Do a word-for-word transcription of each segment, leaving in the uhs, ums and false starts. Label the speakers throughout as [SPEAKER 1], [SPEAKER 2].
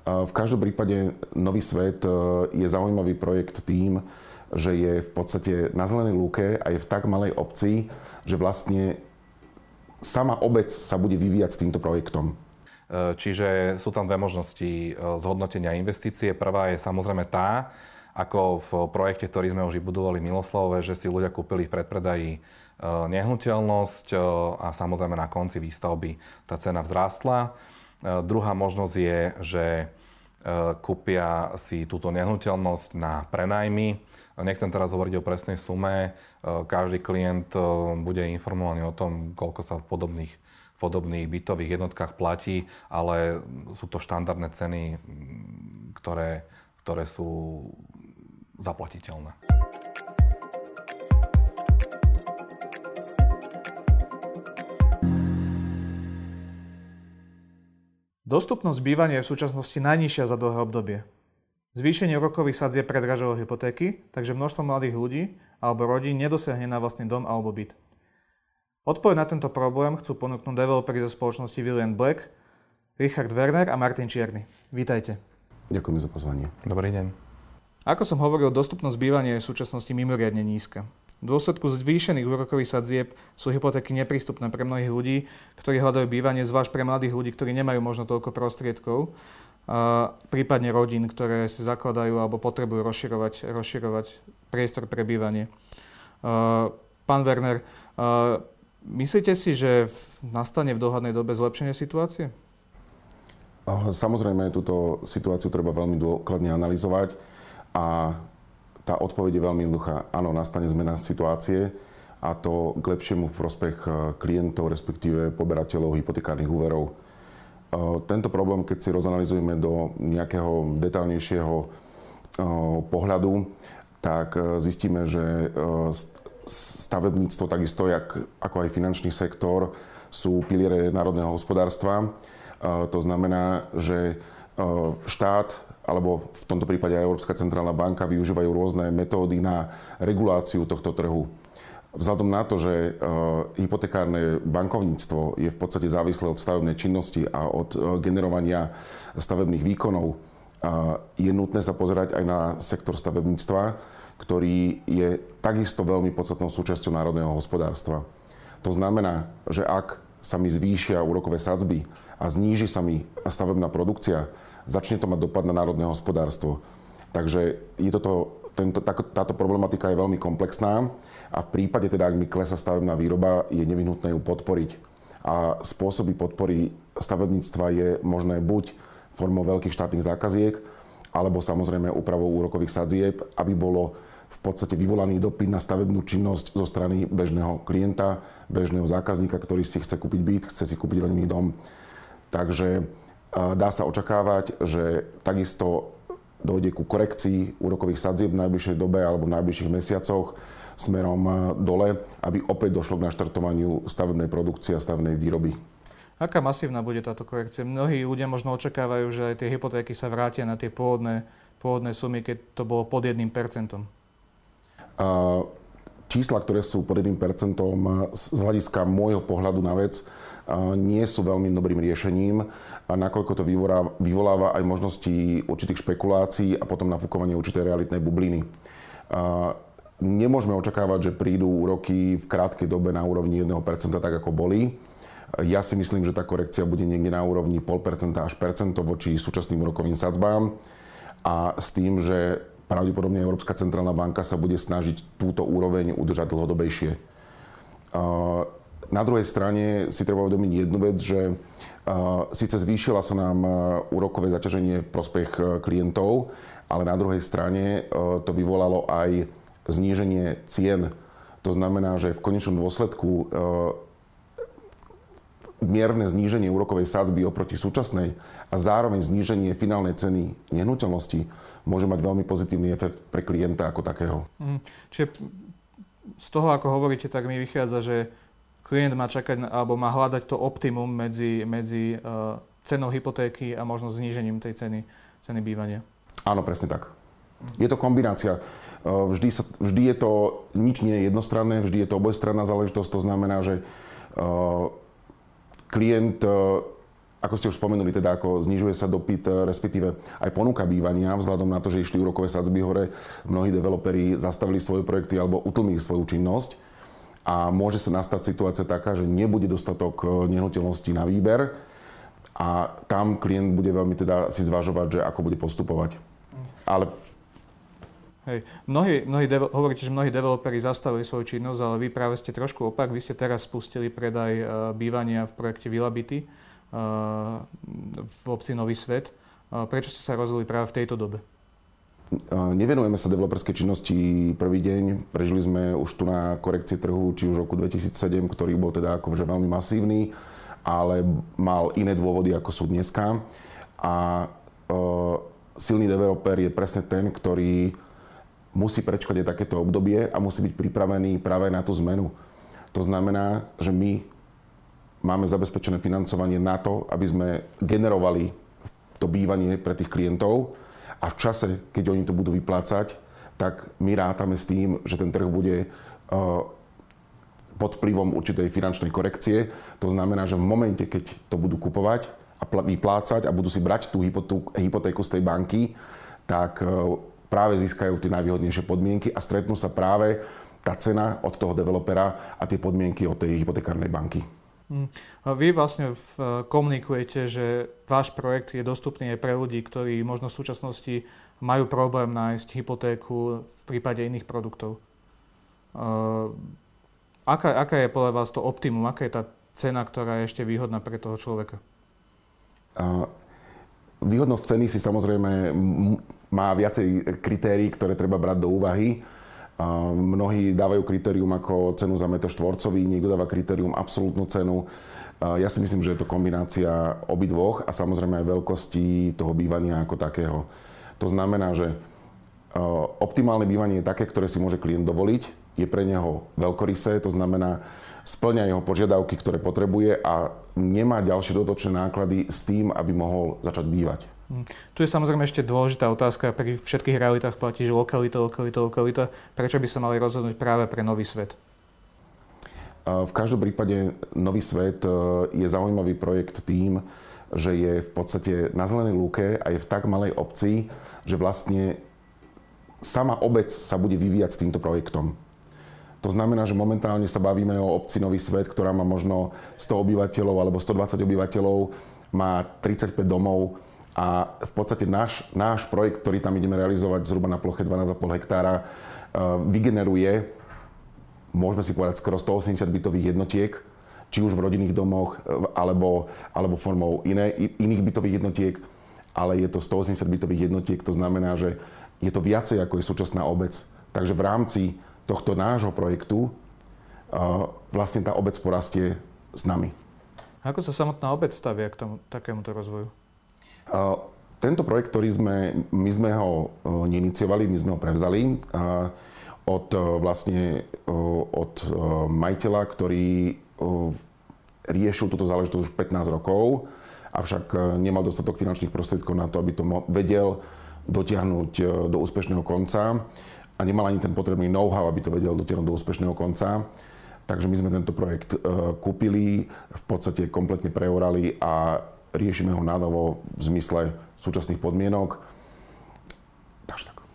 [SPEAKER 1] V každom prípade Nový svet je zaujímavý projekt tým, že je v podstate na zelenej lúke a je v tak malej obci, že vlastne sama obec sa bude vyvíjať s týmto projektom.
[SPEAKER 2] Čiže sú tam dve možnosti zhodnotenia investície. Prvá je samozrejme tá, ako v projekte, ktorý sme už vybudovali v Miloslavove, že si ľudia kúpili v predpredaji nehnuteľnosť a samozrejme na konci výstavby tá cena vzrástla. Druhá možnosť je, že kúpia si túto nehnuteľnosť na prenajmy. Nechcem teraz hovoriť o presnej sume. Každý klient bude informovaný o tom, koľko sa v podobných, podobných bytových jednotkách platí, ale sú to štandardné ceny, ktoré, ktoré sú zaplatiteľné.
[SPEAKER 3] Dostupnosť bývania je v súčasnosti najnižšia za dlhé obdobie. Zvýšenie úrokových sadzieb predražilo hypotéky, takže množstvo mladých ľudí alebo rodín nedosiahne na vlastný dom alebo byt. Odpoveď na tento problém chcú ponúknuť developeri zo spoločnosti William Black, Richard Werner a Martin Čierny. Vítajte.
[SPEAKER 1] Ďakujem za pozvanie.
[SPEAKER 2] Dobrý deň.
[SPEAKER 3] Ako som hovoril, dostupnosť bývania je v súčasnosti mimoriadne nízka. V dôsledku zvýšených úrokových sadzieb sú hypotéky neprístupné pre mnohých ľudí, ktorí hľadajú bývanie, zvlášť pre mladých ľudí, ktorí nemajú možno toľko prostriedkov, a prípadne rodín, ktoré si zakladajú alebo potrebujú rozširovať, rozširovať priestor pre bývanie. Pán Werner, myslíte si, že nastane v dohľadnej dobe zlepšenie situácie?
[SPEAKER 1] Samozrejme, túto situáciu treba veľmi dôkladne analyzovať a tá odpoveď je veľmi jednoduchá. Áno, nastane zmena situácie a to k lepšiemu v prospech klientov, respektíve poberateľov hypotekárnych úverov. Tento problém, keď si rozanalizujeme do nejakého detailnejšieho pohľadu, tak zistíme, že stavebníctvo, takisto jak, ako aj finančný sektor, sú piliere národného hospodárstva. To znamená, že štát, alebo v tomto prípade aj Európska centrálna banka využívajú rôzne metódy na reguláciu tohto trhu. Vzhľadom na to, že hypotekárne bankovníctvo je v podstate závislé od stavebnej činnosti a od generovania stavebných výkonov, je nutné sa pozerať aj na sektor stavebníctva, ktorý je takisto veľmi podstatnou súčasťou národného hospodárstva. To znamená, že ak sa mi zvýšia úrokové sadzby a zníži sa mi stavebná produkcia, začne to mať dopad na národné hospodárstvo. Takže je toto, tento, táto problematika je veľmi komplexná a v prípade teda, ak mi klesá stavebná výroba, je nevyhnutné ju podporiť. A spôsoby podpory stavebníctva je možné buď formou veľkých štátnych zákaziek, alebo samozrejme úpravou úrokových sadzieb, aby bolo v podstate vyvolaný dopyt na stavebnú činnosť zo strany bežného klienta, bežného zákazníka, ktorý si chce kúpiť byt, chce si kúpiť rodinný dom. Takže dá sa očakávať, že takisto dojde ku korekcii úrokových sadzieb v najbližšej dobe alebo v najbližších mesiacoch smerom dole, aby opäť došlo k naštartovaniu stavebnej produkcie a stavebnej výroby.
[SPEAKER 3] Aká masívna bude táto korekcia? Mnohí ľudia možno očakávajú, že aj tie hypotéky sa vrátia na tie pôvodné, pôvodné sumy, keď to bolo pod jedným percentom.
[SPEAKER 1] Čísla, ktoré sú pod jedným percentom z hľadiska môjho pohľadu na vec, nie sú veľmi dobrým riešením, nakoľko to vyvoláva aj možnosti určitých špekulácií a potom nafúkovanie určitej realitnej bubliny. Nemôžeme očakávať, že prídu úroky v krátkej dobe na úrovni jedno percento tak, ako boli. Ja si myslím, že tá korekcia bude niekde na úrovni nula celá päť percenta až percento voči súčasným úrokovým sadzbám a s tým, že pravdepodobne Európska centrálna banka sa bude snažiť túto úroveň udržať dlhodobejšie. Na druhej strane si treba uvedomiť jednu vec, že síce zvýšila sa nám úrokové zaťaženie v prospech klientov, ale na druhej strane to vyvolalo aj zníženie cien. To znamená, že v konečnom dôsledku mierne zníženie úrokovej sadzby oproti súčasnej a zároveň zníženie finálnej ceny nehnuteľnosti môže mať veľmi pozitívny efekt pre klienta ako takého.
[SPEAKER 3] Mm, čiže z toho, ako hovoríte, tak mi vychádza, že klient má čakať alebo má hľadať to optimum medzi, medzi uh, cenou hypotéky a možno znížením tej ceny, ceny bývania.
[SPEAKER 1] Áno, presne tak. Je to kombinácia. Vždy, sa, vždy je to, nič nie je jednostranné, vždy je to obojstranná záležitosť. To znamená, že uh, klient ako ste už spomenuli, teda ako znižuje sa dopyt, respektíve aj ponuka bývania, vzhľadom na to, že išli úrokové sadzby hore, mnohí developeri zastavili svoje projekty alebo utlmili svoju činnosť a môže sa nastať situácia taká, že nebude dostatok nehnuteľností na výber a tam klient bude veľmi teda si zvažovať, že ako bude postupovať. Ale
[SPEAKER 3] Hej. Mnohí, mnohí devel- hovoríte, že mnohí developeri zastavili svoju činnosť, ale vy práve ste trošku opak. Vy ste teraz spustili predaj uh, bývania v projekte Villabity uh, v obci Nový Svet. Uh, prečo ste sa rozhodli práve v tejto dobe?
[SPEAKER 1] Uh, nevenujeme sa developerskej činnosti prvý deň. Prežili sme už tu na korekcie trhu, či už v roku dvetisícsedem, ktorý bol teda akože veľmi masívny, ale mal iné dôvody, ako sú dneska. A uh, silný developer je presne ten, ktorý musí prečkať aj takéto obdobie a musí byť pripravený práve na tú zmenu. To znamená, že my máme zabezpečené financovanie na to, aby sme generovali to bývanie pre tých klientov a v čase, keď oni to budú vyplácať, tak my rátame s tým, že ten trh bude uh, pod vplyvom určitej finančnej korekcie. To znamená, že v momente, keď to budú kupovať a pl- vyplácať a budú si brať tú hypotéku z tej banky, tak uh, práve získajú tie najvýhodnejšie podmienky a stretnú sa práve tá cena od toho developera a tie podmienky od tej hypotekárnej banky.
[SPEAKER 3] Vy vlastne komunikujete, že váš projekt je dostupný aj pre ľudí, ktorí možno v súčasnosti majú problém nájsť hypotéku v prípade iných produktov. Aká, aká je podľa vás to optimum? Aká je tá cena, ktorá je ešte výhodná pre toho človeka?
[SPEAKER 1] Uh, výhodnosť ceny si samozrejme má viacej kritérií, ktoré treba brať do úvahy. Uh, mnohí dávajú kritérium ako cenu za meter štvorcový, niekto dáva kritérium absolútnu cenu. Uh, ja si myslím, že je to kombinácia obidvoch a samozrejme aj veľkosti toho bývania ako takého. To znamená, že uh, optimálne bývanie je také, ktoré si môže klient dovoliť, je pre neho veľkorysé, to znamená spĺňa jeho požiadavky, ktoré potrebuje a nemá ďalšie dotočné náklady s tým, aby mohol začať bývať.
[SPEAKER 3] Tu je samozrejme ešte dôležitá otázka, pri všetkých realitách platí, že lokalita, lokalita, lokalita. Prečo by sa mali rozhodnúť práve pre Nový Svet?
[SPEAKER 1] V každom prípade Nový Svet je zaujímavý projekt tým, že je v podstate na zelenej lúke a je v tak malej obci, že vlastne sama obec sa bude vyvíjať s týmto projektom. To znamená, že momentálne sa bavíme o obci Nový Svet, ktorá má možno sto obyvateľov alebo stodvadsať obyvateľov, má tridsaťpäť domov a v podstate náš, náš projekt, ktorý tam ideme realizovať zhruba na ploche dvanásť celá päť hektára, vygeneruje, môžeme si povedať, skoro stoosemdesiat bytových jednotiek, či už v rodinných domoch alebo, alebo formou iné, iných bytových jednotiek, ale je to stoosemdesiat bytových jednotiek, to znamená, že je to viacej ako je súčasná obec. Takže v rámci tohto nášho projektu uh, vlastne tá obec porastie s nami.
[SPEAKER 3] Ako sa samotná obec stavia k tomu, takémuto rozvoju?
[SPEAKER 1] Uh, tento projekt, ktorý sme, my sme ho uh, neiniciovali, my sme ho prevzali uh, od uh, vlastne uh, od uh, majiteľa, ktorý uh, riešil túto záležitosť už pätnásť rokov, avšak uh, nemal dostatok finančných prostriedkov na to, aby to mo- vedel dotiahnuť uh, do úspešného konca. A nemal ani ten potrebný know-how, aby to vedel dotiahnuť do úspešného konca. Takže my sme tento projekt uh, kúpili, v podstate kompletne preorali a riešime ho nánovo v zmysle súčasných podmienok. Takže tak.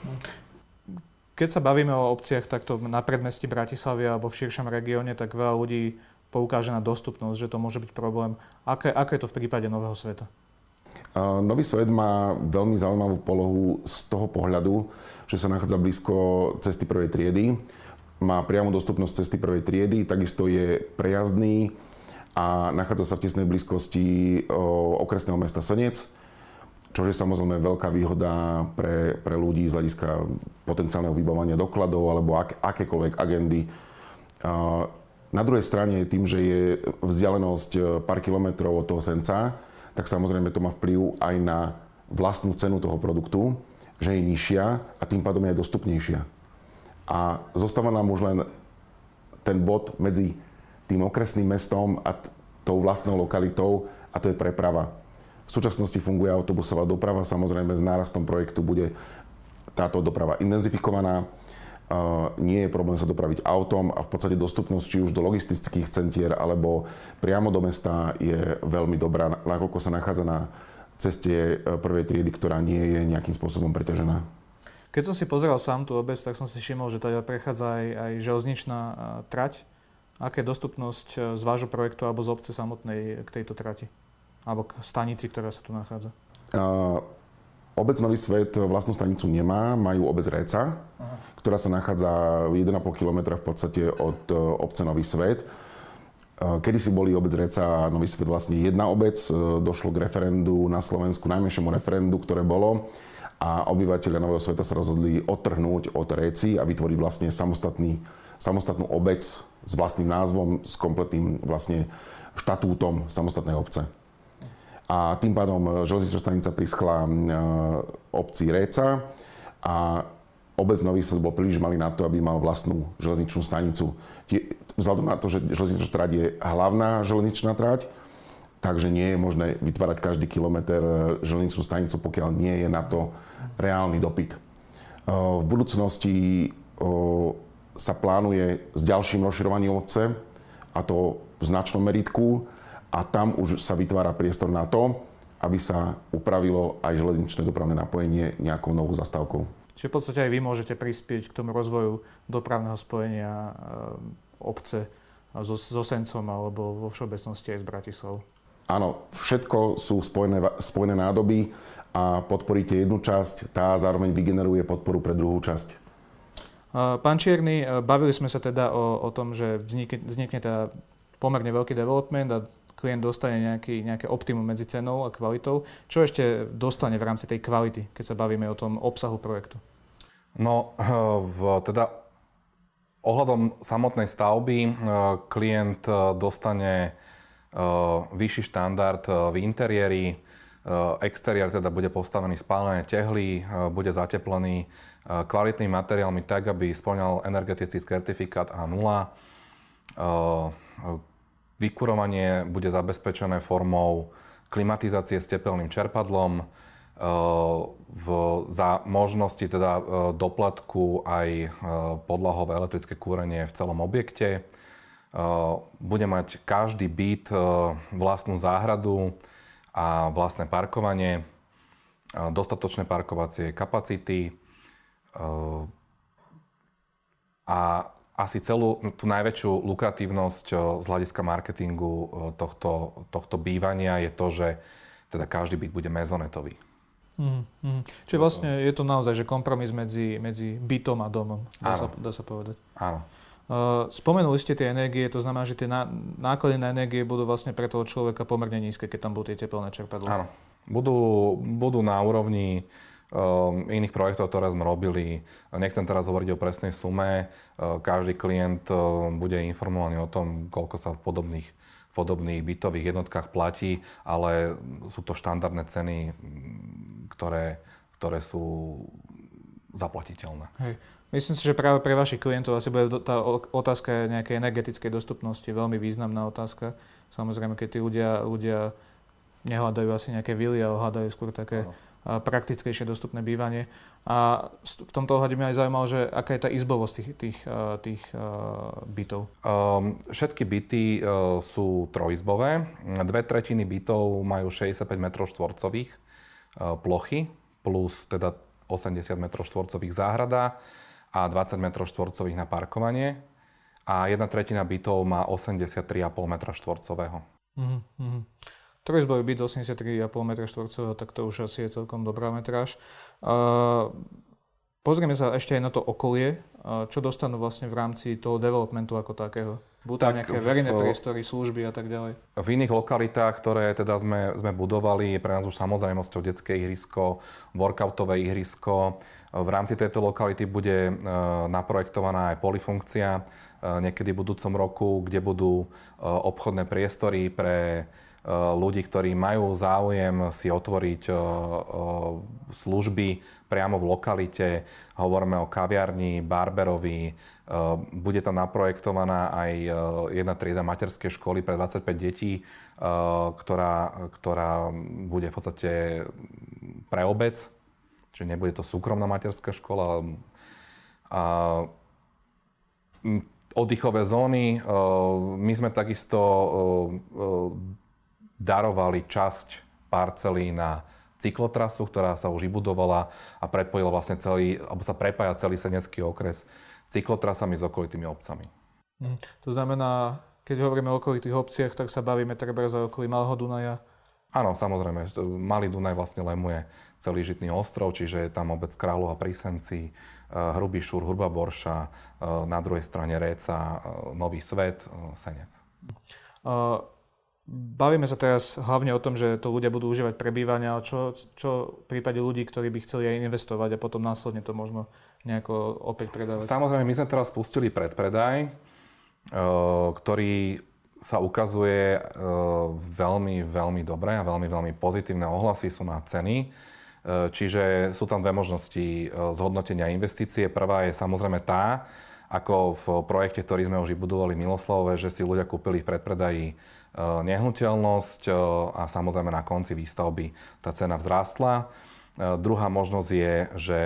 [SPEAKER 3] Keď sa bavíme o obciach takto na predmestí Bratislavy alebo v širšom regióne, tak veľa ľudí poukáže na dostupnosť, že to môže byť problém. Aké, aké je to v prípade Nového Sveta?
[SPEAKER 1] Uh, Nový Svet má veľmi zaujímavú polohu z toho pohľadu, že sa nachádza blízko cesty prvej triedy. Má priamu dostupnosť cesty prvej triedy, takisto je prejazdný a nachádza sa v tesnej blízkosti uh, okresného mesta Senec, čo je samozrejme veľká výhoda pre, pre ľudí z hľadiska potenciálneho vybavania dokladov alebo ak, akékoľvek agendy. Uh, na druhej strane tým, že je vzdialenosť pár kilometrov od toho Senca, tak samozrejme to má vplyv aj na vlastnú cenu toho produktu, že je nižšia a tým pádom je aj dostupnejšia. A zostáva nám už len ten bod medzi tým okresným mestom a t- tou vlastnou lokalitou a to je preprava. V súčasnosti funguje autobusová doprava, samozrejme s nárastom projektu bude táto doprava intenzifikovaná. nie je problém sa dopraviť autom a v podstate dostupnosť či už do logistických centier alebo priamo do mesta je veľmi dobrá, nakoľko sa nachádza na ceste prvej triedy, ktorá nie je nejakým spôsobom preťažená.
[SPEAKER 3] Keď som si pozeral sám tú obec, tak som si všimol, že tady prechádza aj, aj železničná trať. Aká je dostupnosť z vášho projektu alebo z obce samotnej k tejto trati? Alebo k stanici, ktorá sa tu nachádza? Uh,
[SPEAKER 1] obec Nový Svet vlastnú stanicu nemá, majú obec Réca, Aha. ktorá sa nachádza jeden a pol kilometra v podstate od obce Nový Svet. Kedysi boli obec Réca a Nový Svet vlastne jedna obec. Došlo k referendu na Slovensku, najmenšiemu referendu, ktoré bolo. A obyvateľia Nového Sveta sa rozhodli odtrhnúť od Réci a vytvoriť vlastne samostatný, samostatnú obec s vlastným názvom, s kompletným vlastne štatútom samostatnej obce. A tým pádom železničná stanica prischla obci Réca a obec Nový Svet bol príliš malý na to, aby mal vlastnú železničnú stanicu. Vzhľadom na to, že železničná trať je hlavná železničná trať, takže nie je možné vytvárať každý kilometr železničnú stanicu, pokiaľ nie je na to reálny dopyt. V budúcnosti sa plánuje s ďalším rozširovaním obce, a to v značnom meritku, a tam už sa vytvára priestor na to, aby sa upravilo aj železničné dopravné napojenie nejakou novou zastávkou.
[SPEAKER 3] Čiže v podstate aj vy môžete prispieť k tomu rozvoju dopravného spojenia obce so, so Sencom alebo vo všeobecnosti aj s Bratislavou.
[SPEAKER 1] Áno, všetko sú spojené, spojené nádoby a podporíte jednu časť, tá zároveň vygeneruje podporu pre druhú časť.
[SPEAKER 3] Pán Čierny, bavili sme sa teda o, o tom, že vznikne, vznikne teda pomerne veľký development a klient dostane nejaký, nejaké optimum medzi cenou a kvalitou. Čo ešte dostane v rámci tej kvality, keď sa bavíme o tom obsahu projektu?
[SPEAKER 2] No, v, teda ohľadom samotnej stavby klient dostane vyšší štandard v interiéri, exteriér teda bude postavený z pálenej tehly, bude zateplený kvalitnými materiálmi tak, aby spĺňal energetický certifikát á nula. Vykurovanie bude zabezpečené formou klimatizácie s tepelným čerpadlom, v, za možnosti teda doplatku aj podlahové elektrické kúrenie v celom objekte. Bude mať každý byt vlastnú záhradu a vlastné parkovanie, dostatočné parkovacie kapacity a asi celú tú najväčšiu lukratívnosť z hľadiska marketingu tohto, tohto bývania je to, že teda každý byt bude mezonetový.
[SPEAKER 3] Mm, mm. Čiže vlastne je to naozaj že kompromis medzi, medzi bytom a domom, dá sa, dá sa povedať.
[SPEAKER 2] Áno.
[SPEAKER 3] Uh, spomenuli ste tie energie, to znamená, že tie ná, náklady na energie budú vlastne pre toho človeka pomerne nízke, keď tam budú tie teplné čerpadlá.
[SPEAKER 2] Áno. Budú, budú na úrovni um, iných projektov, ktoré sme robili. Nechcem teraz hovoriť o presnej sume. Uh, každý klient uh, bude informovaný o tom, koľko sa v podobných, podobných bytových jednotkách platí, ale sú to štandardné ceny, ktoré, ktoré sú zaplatiteľné. Hej.
[SPEAKER 3] Myslím si, že práve pre vašich klientov asi bude tá otázka nejakej energetickej dostupnosti veľmi významná otázka. Samozrejme, keď tí ľudia, ľudia nehľadajú asi nejaké vily, ale hľadajú skôr také no. praktickejšie dostupné bývanie. A v tomto ohľade mňa aj zaujímalo, že aká je tá izbovosť tých, tých, tých bytov?
[SPEAKER 2] Um, všetky byty uh, sú trojizbové. Dve tretiny bytov majú šesťdesiatpäť metrov štvorcových uh, plochy, plus teda osemdesiat metrov štvorcových záhrada a dvadsať metrov štvorcových na parkovanie. A jedna tretina bytov má osemdesiattri celá päť metra štvorcového.
[SPEAKER 3] Mm-hmm. Trojizbový byt osemdesiattri celá päť metra štvorcového, tak to už asi je celkom dobrá metráž. Uh, pozrieme sa ešte aj na to okolie. Uh, čo dostanú vlastne v rámci toho developmentu ako takého? Budú tam nejaké verejné priestory, služby a tak ďalej?
[SPEAKER 2] V iných lokalitách, ktoré teda sme, sme budovali, je pre nás už samozrejmosťou detské ihrisko, workoutové ihrisko. V rámci tejto lokality bude naprojektovaná aj polyfunkcia niekedy v budúcom roku, kde budú obchodné priestory pre ľudí, ktorí majú záujem si otvoriť služby priamo v lokalite. Hovoríme o kaviarni, barberovi. Bude tam naprojektovaná aj jedna trieda materskej školy pre dvadsaťpäť detí, ktorá, ktorá bude v podstate pre obec. Čiže nebude to súkromná materská škola. A Oddychové zóny. My sme takisto darovali časť parcelí na cyklotrasu, ktorá sa už vybudovala a prepojila vlastne celý, alebo sa prepája celý Senecký okres cyklotrasami s okolitými obcami.
[SPEAKER 3] Mm. To znamená, keď hovoríme o okolitých obciach, tak sa bavíme treba za okolí Malého Dunaja?
[SPEAKER 2] Áno, samozrejme. Malý Dunaj vlastne lemuje celý Žitný ostrov, čiže je tam obec Kráľova pri Senci, Hrubý Šúr, Hrubá Borša, na druhej strane Réca, Nový Svet, Senec.
[SPEAKER 3] Uh... Bavíme sa teraz hlavne o tom, že to ľudia budú užívať pre bývanie, ale čo, čo v prípade ľudí, ktorí by chceli aj investovať a potom následne to možno nejako opäť predávať?
[SPEAKER 2] Samozrejme, my sme teraz spustili predpredaj, ktorý sa ukazuje veľmi, veľmi dobre a veľmi, veľmi pozitívne ohlasy sú na ceny. Čiže sú tam dve možnosti zhodnotenia investície. Prvá je samozrejme tá, ako v projekte, ktorý sme už vybudovali v Miloslavove, že si ľudia kúpili v predpredaji nehnuteľnosť a samozrejme na konci výstavby tá cena vzrástla. Druhá možnosť je, že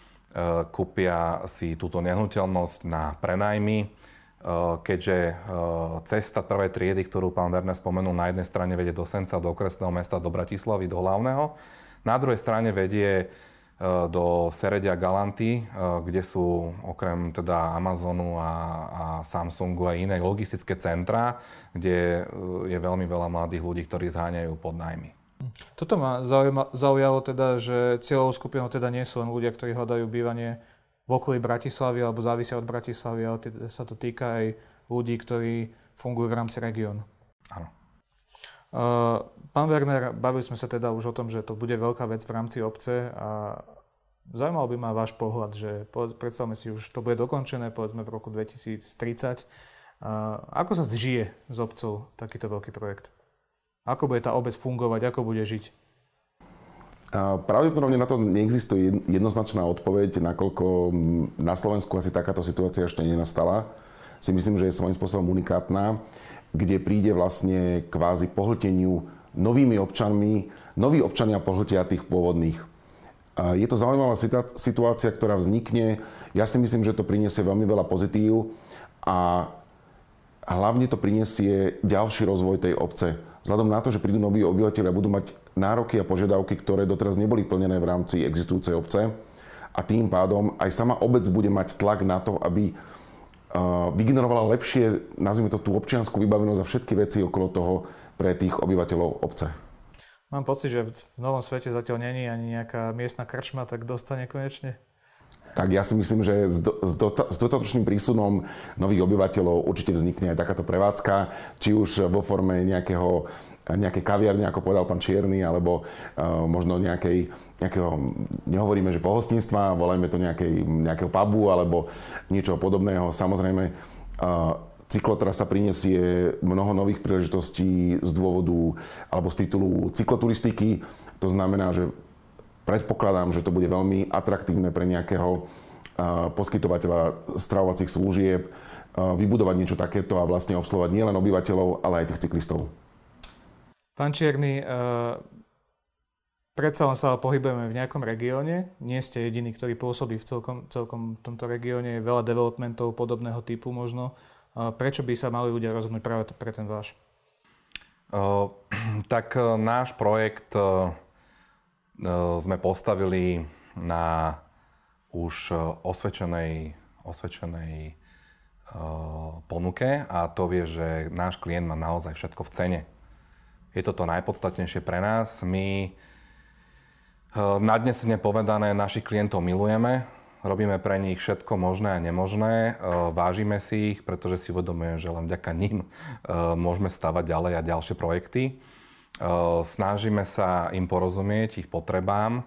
[SPEAKER 2] kúpia si túto nehnuteľnosť na prenajmy, keďže cesta prvej triedy, ktorú pán Werner spomenul, na jednej strane vedie do Senca, do okresného mesta, do Bratislavy, do hlavného. Na druhej strane vedie do Seredia Galanty, kde sú okrem teda Amazonu a, a Samsungu a iné logistické centrá, kde je veľmi veľa mladých ľudí, ktorí zháňajú podnájmy.
[SPEAKER 3] Toto ma zaujalo teda, že cieľovou skupinou teda nie sú len ľudia, ktorí hľadajú bývanie v okolí Bratislavy alebo závisia od Bratislavy, ale teda sa to týka aj ľudí, ktorí fungujú v rámci regiónu.
[SPEAKER 2] Áno.
[SPEAKER 3] Uh, pán Werner, bavili sme sa teda už o tom, že to bude veľká vec v rámci obce a zaujímal by ma váš pohľad, že predstavme si, už to bude dokončené, povedzme v roku dvetisíctridsať. Uh, ako sa zžije z obcov takýto veľký projekt? Ako bude tá obec fungovať, ako bude žiť?
[SPEAKER 1] A pravdepodobne na to neexistuje jednoznačná odpoveď, nakoľko na Slovensku asi takáto situácia ešte nenastala. Si myslím, že je svojím spôsobom unikátna, kde príde vlastne kvázi pohlteniu novými občanmi, noví občania pohltia tých pôvodných. Je to zaujímavá situácia, ktorá vznikne. Ja si myslím, že to priniesie veľmi veľa pozitív a hlavne to priniesie ďalší rozvoj tej obce. Vzhľadom na to, že prídu noví obyvateľia, budú mať nároky a požiadavky, ktoré doteraz neboli plnené v rámci existujúcej obce a tým pádom aj sama obec bude mať tlak na to, aby vygenerovala lepšie, nazvime to, tú občiansku vybavenosť a všetky veci okolo toho pre tých obyvateľov obce.
[SPEAKER 3] Mám pocit, že v Novom Svete zatiaľ není ani nejaká miestna krčma, tak dostane konečne?
[SPEAKER 1] Tak ja si myslím, že s, do, s, dota, s dostatočným prísunom nových obyvateľov určite vznikne aj takáto prevádzka, či už vo forme nejakého, nejakej kaviarne, ako povedal pán Čierny, alebo uh, možno nejakej, nejakého, nehovoríme, že pohostinstva, volajme to nejakej, nejakého pubu, alebo niečo podobného. Samozrejme, uh, cyklotrasa prinesie mnoho nových príležitostí z dôvodu, alebo z titulu cykloturistiky. To znamená, že predpokladám, že to bude veľmi atraktívne pre nejakého uh, poskytovateľa stravovacích služieb uh, vybudovať niečo takéto a vlastne obsluhovať nielen obyvateľov, ale aj tých cyklistov.
[SPEAKER 3] Pán Čierny, uh, predsa len sa pohybujeme v nejakom regióne. Nie ste jediný, ktorý pôsobí v celkom, celkom v tomto regióne. Je veľa developmentov podobného typu možno. Uh, prečo by sa mali ľudia rozhodnúť práve pre ten váš?
[SPEAKER 2] Uh, tak uh, náš projekt uh, sme postavili na už osvedčenej, osvedčenej uh, ponuke a to vie, že náš klient má naozaj všetko v cene. Je to to najpodstatnejšie pre nás. My uh, nadnesene povedané našich klientov milujeme, robíme pre nich všetko možné a nemožné, uh, vážime si ich, pretože si uvedomujeme, že len vďaka ním uh, môžeme stavať ďalej a ďalšie projekty. Snažíme sa im porozumieť, ich potrebám,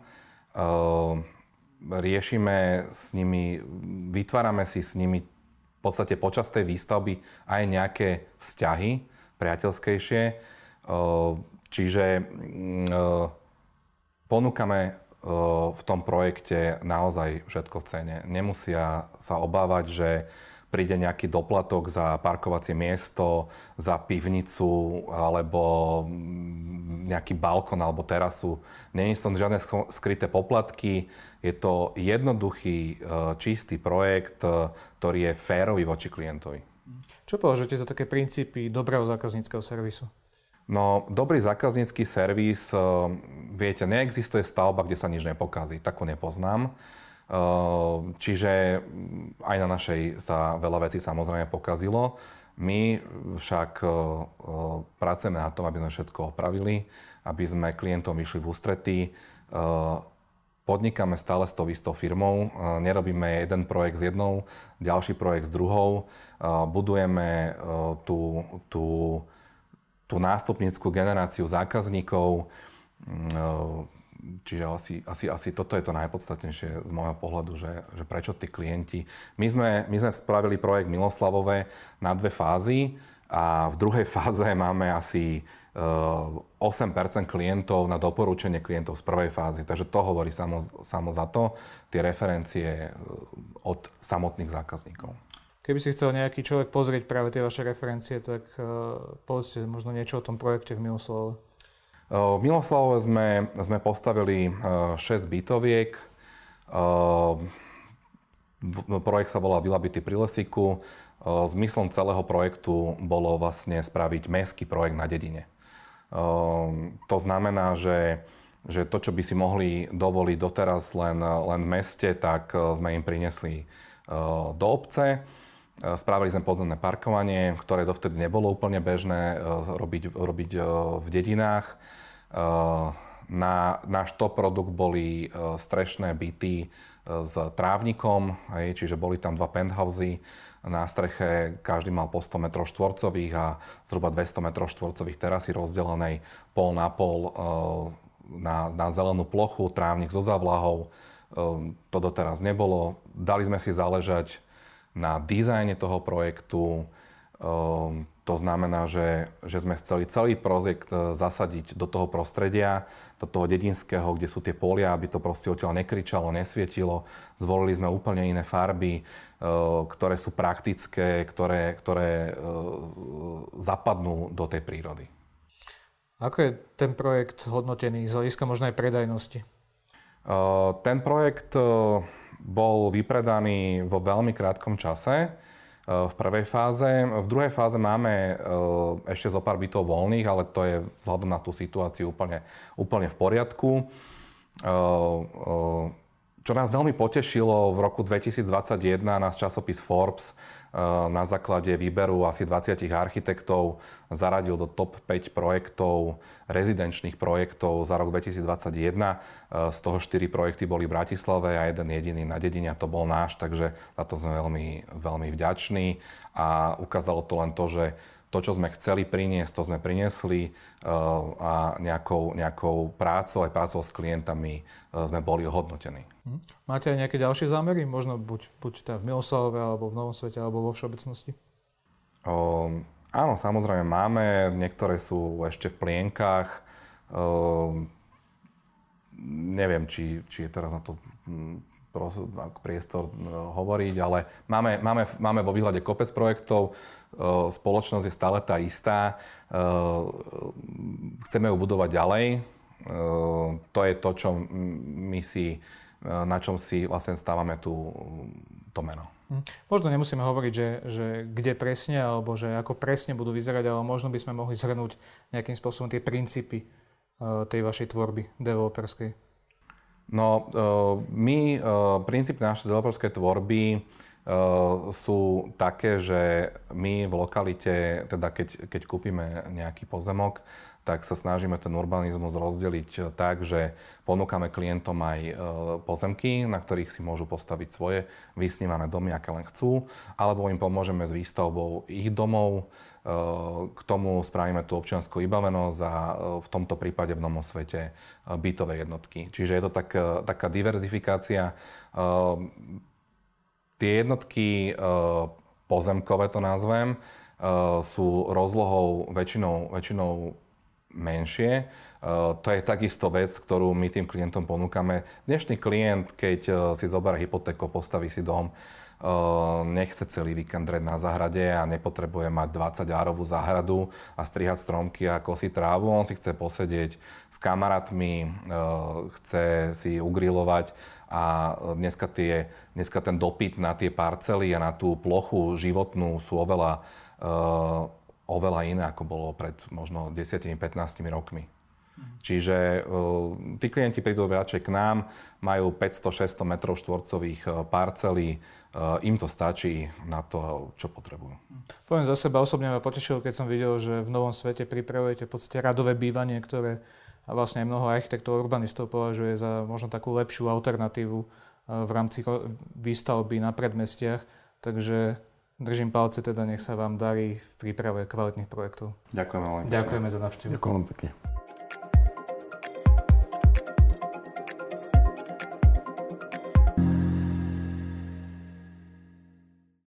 [SPEAKER 2] riešime s nimi, vytvárame si s nimi v podstate počas tej výstavby aj nejaké vzťahy priateľskejšie. Čiže ponúkame v tom projekte naozaj všetko v cene. Nemusia sa obávať, že príde nejaký doplatok za parkovacie miesto, za pivnicu alebo nejaký balkón alebo terasu. Nie sú tam žiadne skryté poplatky. Je to jednoduchý, čistý projekt, ktorý je férový voči klientovi.
[SPEAKER 3] Čo považujete za také princípy dobrého zákazníckeho servisu?
[SPEAKER 2] No, dobrý zákaznícky servis, viete, neexistuje stavba, kde sa nič nepokazí. Takú nepoznám. Čiže aj na našej sa veľa vecí samozrejme pokazilo. My však pracujeme na tom, aby sme všetko opravili, aby sme klientom vyšli v ústretí. Podnikáme stále s tou istou firmou, nerobíme jeden projekt s jednou, ďalší projekt s druhou. Budujeme tú, tú, tú nástupnícku generáciu zákazníkov. Čiže asi, asi, asi toto je to najpodstatnejšie z môjho pohľadu, že, že prečo tí klienti... My sme, my sme spravili projekt Miloslavové na dve fázy a v druhej fáze máme asi osem percent klientov na doporučenie klientov z prvej fázy. Takže to hovorí samo, samo za to, tie referencie od samotných zákazníkov.
[SPEAKER 3] Keby si chcel nejaký človek pozrieť práve tie vaše referencie, tak povedzte možno niečo o tom projekte v Miloslavove.
[SPEAKER 2] V Miloslavove sme, sme postavili šesť bytoviek. Projekt sa volá Vila byty pri Lesíku. Zmyslom celého projektu bolo vlastne spraviť mestský projekt na dedine. To znamená, že, že to, čo by si mohli dovoliť doteraz len, len v meste, tak sme im priniesli do obce. Spravili sme podzemné parkovanie, ktoré dovtedy nebolo úplne bežné robiť, robiť v dedinách. Na náš top produkt boli strešné byty s trávnikom, čiže boli tam dva penthousey. Na streche každý mal po sto metrov štvorcových a zhruba dvesto metrov štvorcových terasy rozdelenej pol na pol na, na zelenú plochu, trávnik so zavlahou. To doteraz nebolo. Dali sme si záležať na dizajne toho projektu. To znamená, že, že sme chceli celý projekt zasadiť do toho prostredia, do toho dedinského, kde sú tie polia, aby to proste odtiaľ nekričalo, nesvietilo. Zvolili sme úplne iné farby, ktoré sú praktické, ktoré, ktoré zapadnú do tej prírody.
[SPEAKER 3] Ako je ten projekt hodnotený z hľadiska možno aj predajnosti?
[SPEAKER 2] Ten projekt bol vypredaný vo veľmi krátkom čase. V prvej fáze. V druhej fáze máme ešte zo pár bytov voľných, ale to je vzhľadom na tú situáciu úplne, úplne v poriadku. Čo nás veľmi potešilo, v roku dvetisícdvadsaťjeden nás časopis Forbes na základe výberu asi dvadsať architektov zaradil do top päť projektov, rezidenčných projektov za rok dvetisícdvadsaťjeden. Z toho štyri projekty boli v Bratislave a jeden jediný na dedine, a to bol náš, takže za to sme veľmi, veľmi vďační. A ukázalo to len to, že to, čo sme chceli priniesť, to sme priniesli a nejakou, nejakou prácou, aj prácou s klientami sme boli ohodnotení.
[SPEAKER 3] Máte aj nejaké ďalšie zámery? Možno buď, buď teda v Miloslavove, alebo v Novom Svete, alebo vo všeobecnosti?
[SPEAKER 2] O, áno, samozrejme máme. Niektoré sú ešte v plienkách. O, neviem, či, či je teraz na to priestor hovoriť, ale máme, máme, máme vo výhľade kopec projektov. Spoločnosť je stále tá istá. Chceme ju budovať ďalej. To je to, čo my si, na čom si vlastne stávame tú, to meno.
[SPEAKER 3] Možno nemusíme hovoriť, že, že kde presne, alebo že ako presne budú vyzerať, ale možno by sme mohli zhrnúť nejakým spôsobom tie princípy tej vašej tvorby developerskej.
[SPEAKER 2] No, my, princípy našej developerskej tvorby sú také, že my v lokalite, teda keď, keď kúpime nejaký pozemok, tak sa snažíme ten urbanizmus rozdeliť tak, že ponúkame klientom aj pozemky, na ktorých si môžu postaviť svoje vysnívané domy, aké len chcú, alebo im pomôžeme s výstavbou ich domov. K tomu spravíme tú občiansku vybavenosť a v tomto prípade v Novom Svete bytové jednotky. Čiže je to tak, taká diverzifikácia. Tie jednotky pozemkové, to nazvem, sú rozlohou väčšinou, väčšinou menšie To je takisto vec, ktorú my tým klientom ponúkame. Dnešný klient, keď si zoberie hypotéku, postaví si dom, nechce celý víkend dreť na záhrade a nepotrebuje mať dvadsaťárovú záhradu a strihať stromky a kosiť trávu. On si chce posedieť s kamarátmi, chce si ugrilovať a dneska, tie, dneska ten dopyt na tie parcely a na tú plochu životnú sú oveľa, oveľa iné, ako bolo pred možno desať až pätnásť rokmi. Čiže uh, tí klienti prídu radšej k nám, majú päťsto až šesťsto metrov štvorcových parcelí, uh, im to stačí na to, čo potrebujú.
[SPEAKER 3] Poviem za seba, osobne ma potešilo, keď som videl, že v Novom svete pripravujete v podstate radové bývanie, ktoré a vlastne aj mnoho architektov, urbanistov považuje za možno takú lepšiu alternatívu uh, v rámci výstavby na predmestiach. Takže držím palce, teda nech sa vám darí v príprave kvalitných projektov.
[SPEAKER 2] Ďakujeme veľmi.
[SPEAKER 3] Ďakujeme za návštevu.
[SPEAKER 1] Ďakujem pekne.